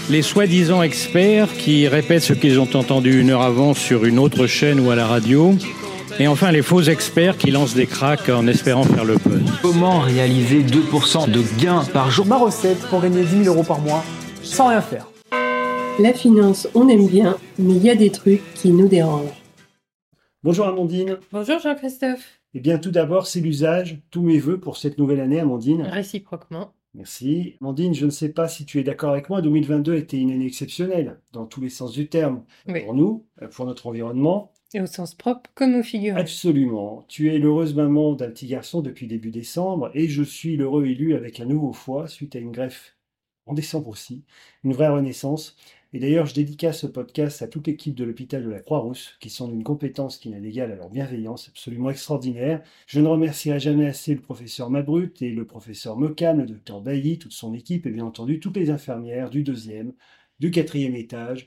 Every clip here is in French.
les soi-disant experts qui répètent ce qu'ils ont entendu une heure avant sur une autre chaîne ou à la radio. Et enfin, les faux experts qui lancent des cracks en espérant faire le buzz. Comment réaliser 2% de gains par jour? Ma recette pour gagner 10 000 € par mois sans rien faire. La finance, on aime bien, mais il y a des trucs qui nous dérangent. Bonjour Amandine. Bonjour Jean-Christophe. Eh bien tout d'abord, c'est l'usage. Tous mes vœux pour cette nouvelle année, Amandine. Réciproquement. Merci. Amandine, je ne sais pas si tu es d'accord avec moi, 2022 était une année exceptionnelle, dans tous les sens du terme. Oui. Pour nous, pour notre environnement. Et au sens propre comme au figuré. Absolument. Tu es l'heureuse maman d'un petit garçon depuis début décembre, et je suis l'heureux élu avec un nouveau foie, suite à une greffe en décembre aussi. Une vraie renaissance. Et d'ailleurs, je dédicace ce podcast à toute l'équipe de l'hôpital de la Croix-Rousse, qui sont d'une compétence qui n'a d'égal à leur bienveillance absolument extraordinaire. Je ne remercierai jamais assez le professeur Mabrut et le professeur Mokam, le docteur Bailly, toute son équipe, et bien entendu toutes les infirmières du 2e, du 4e étage,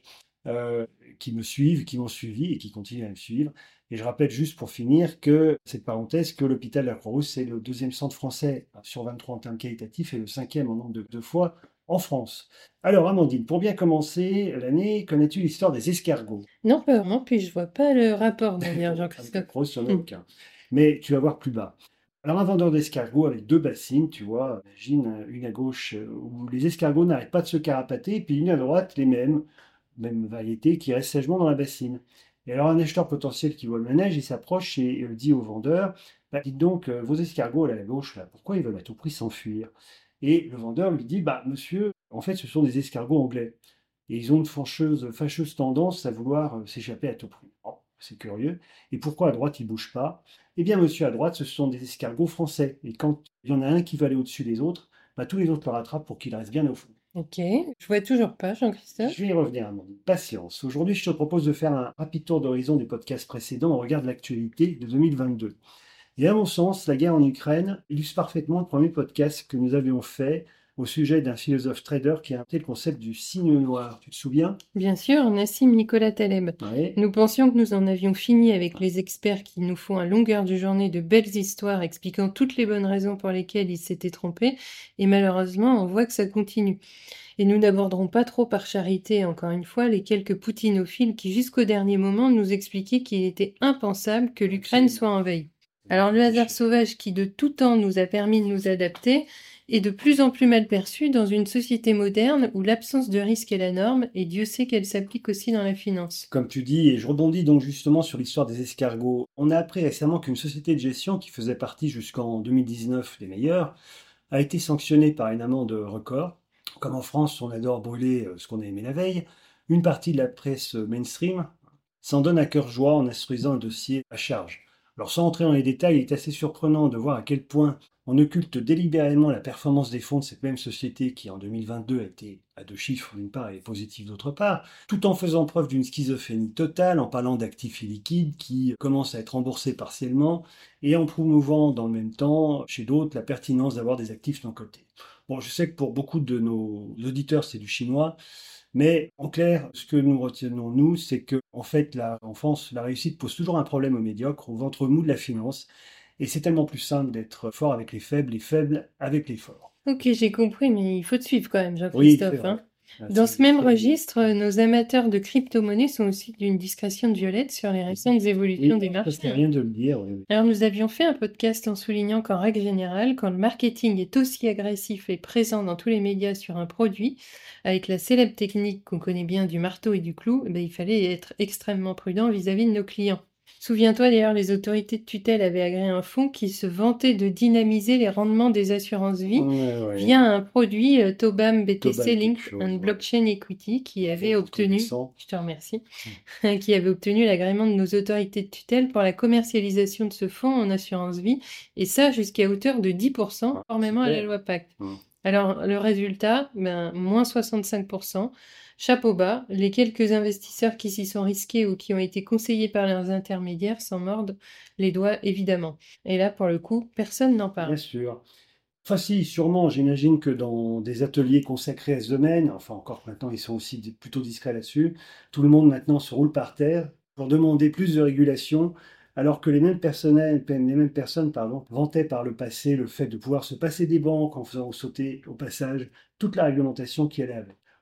qui me suivent, qui m'ont suivi et qui continuent à me suivre. Et je rappelle juste pour finir que, cette parenthèse, que l'hôpital de la Croix-Rousse, c'est le 2e centre français sur 23 en termes qualitatifs et le 5e en nombre de fois en France. Alors Amandine, pour bien commencer l'année, connais-tu l'histoire des escargots? Non, pas vraiment, puis je vois pas le rapport d'ailleurs, Jean-Christophe. Grosse, il n'y en a aucun. Mais tu vas voir plus bas. Alors un vendeur d'escargots avec 2 bassines, tu vois, imagine une à gauche où les escargots n'arrêtent pas de se carapater, et puis une à droite, les mêmes variétés qui restent sagement dans la bassine. Et alors un acheteur potentiel qui voit le manège, il s'approche et dit au vendeur, bah, dites donc, vos escargots là, à la gauche, là, pourquoi ils veulent à tout prix s'enfuir? Et le vendeur lui dit, bah monsieur, en fait ce sont des escargots anglais. Et ils ont une fâcheuse tendance à vouloir s'échapper à tout prix. Oh, c'est curieux. Et pourquoi à droite ils ne bougent pas? Eh bien monsieur, à droite ce sont des escargots français. Et quand il y en a un qui va aller au-dessus des autres, bah, tous les autres le rattrapent pour qu'il reste bien au fond. Ok, je vois toujours pas, Jean-Christophe. Je vais y revenir, Amandine. Patience. Aujourd'hui, je te propose de faire un rapide tour d'horizon des podcasts précédents au regard de l'actualité de 2022. Et à mon sens, la guerre en Ukraine illustre parfaitement le premier podcast que nous avions fait au sujet d'un philosophe trader qui a inventé le concept du signe noir. Tu te souviens? Bien sûr, Nassim Nicolas Taleb. Ouais. Nous pensions que nous en avions fini avec les experts qui nous font à longueur de journée de belles histoires expliquant toutes les bonnes raisons pour lesquelles ils s'étaient trompés, et malheureusement, on voit que ça continue. Et nous n'aborderons pas trop par charité, encore une fois, les quelques poutinophiles qui, jusqu'au dernier moment, nous expliquaient qu'il était impensable que l'Ukraine soit envahie. Alors le hasard sauvage qui de tout temps nous a permis de nous adapter est de plus en plus mal perçu dans une société moderne où l'absence de risque est la norme, et Dieu sait qu'elle s'applique aussi dans la finance. Comme tu dis, et je rebondis donc justement sur l'histoire des escargots, on a appris récemment qu'une société de gestion qui faisait partie jusqu'en 2019 des meilleures a été sanctionnée par une amende record. Comme en France, on adore brûler ce qu'on a aimé la veille, une partie de la presse mainstream s'en donne à cœur joie en instruisant un dossier à charge. Alors sans entrer dans les détails, il est assez surprenant de voir à quel point on occulte délibérément la performance des fonds de cette même société qui en 2022 a été à 2 chiffres d'une part et positive d'autre part, tout en faisant preuve d'une schizophrénie totale, en parlant d'actifs illiquides qui commencent à être remboursés partiellement et en promouvant dans le même temps chez d'autres la pertinence d'avoir des actifs non cotés. Bon, je sais que pour beaucoup de nos auditeurs c'est du chinois, mais en clair, ce que nous retenons, nous, c'est que, en fait, en France, la réussite pose toujours un problème aux médiocres, au ventre mou de la finance. Et c'est tellement plus simple d'être fort avec les faibles avec les forts. Ok, j'ai compris, mais il faut te suivre quand même, Oui, Jean-Christophe. c'est vrai. Dans ce même registre, nos amateurs de crypto-monnaies sont aussi d'une discrétion de violette sur les récentes évolutions des marchés. C'est rien de le dire. Oui. Alors nous avions fait un podcast en soulignant qu'en règle générale, quand le marketing est aussi agressif et présent dans tous les médias sur un produit, avec la célèbre technique qu'on connaît bien du marteau et du clou, il fallait être extrêmement prudent vis-à-vis de nos clients. Souviens-toi d'ailleurs, les autorités de tutelle avaient agréé un fonds qui se vantait de dynamiser les rendements des assurances-vie via un produit Tobam BTC Linked and Blockchain Equity qui avait obtenu, je te remercie, qui avait obtenu l'agrément de nos autorités de tutelle pour la commercialisation de ce fonds en assurance-vie, et ça jusqu'à hauteur de 10%, conformément à la loi Pacte. Alors le résultat, moins 65%. Chapeau bas, les quelques investisseurs qui s'y sont risqués ou qui ont été conseillés par leurs intermédiaires s'en mordent les doigts, évidemment. Et là, pour le coup, personne n'en parle. Bien sûr. Enfin si, sûrement, j'imagine que dans des ateliers consacrés à ce domaine, enfin encore maintenant ils sont aussi plutôt discrets là-dessus, tout le monde maintenant se roule par terre pour demander plus de régulation, alors que les mêmes personnes vantaient par le passé le fait de pouvoir se passer des banques en faisant sauter au passage toute la réglementation qui allait avec.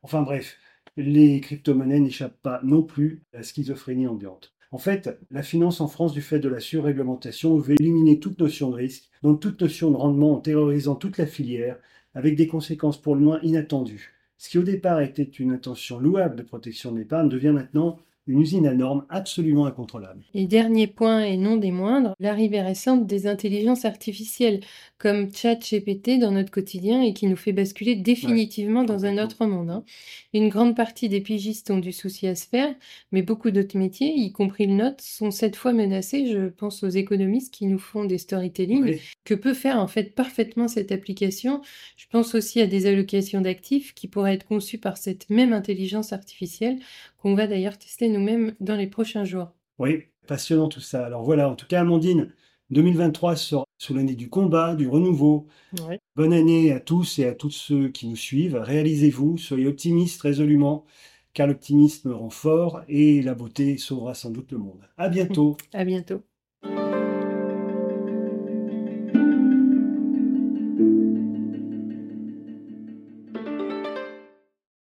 Enfin bref, les crypto-monnaies n'échappent pas non plus à la schizophrénie ambiante. En fait, la finance en France, du fait de la surréglementation, veut éliminer toute notion de risque, donc toute notion de rendement en terrorisant toute la filière, avec des conséquences pour le moins inattendues. Ce qui au départ était une intention louable de protection de l'épargne devient maintenant une usine à normes absolument incontrôlable. Et dernier point, et non des moindres, l'arrivée récente des intelligences artificielles, comme ChatGPT dans notre quotidien et qui nous fait basculer définitivement dans un autre monde, hein. Une grande partie des pigistes ont du souci à se faire, mais beaucoup d'autres métiers, y compris le nôtre, sont cette fois menacés. Je pense aux économistes qui nous font des storytelling. Oui. Que peut faire en fait parfaitement cette application? Je pense aussi à des allocations d'actifs qui pourraient être conçues par cette même intelligence artificielle qu'on va d'ailleurs tester nous-mêmes dans les prochains jours. Oui, passionnant tout ça. Alors voilà, en tout cas, Amandine, 2023 sera sous l'année du combat, du renouveau. Ouais. Bonne année à tous et à tous ceux qui nous suivent. Réalisez-vous, soyez optimistes résolument, car l'optimisme rend fort et la beauté sauvera sans doute le monde. À bientôt. À bientôt.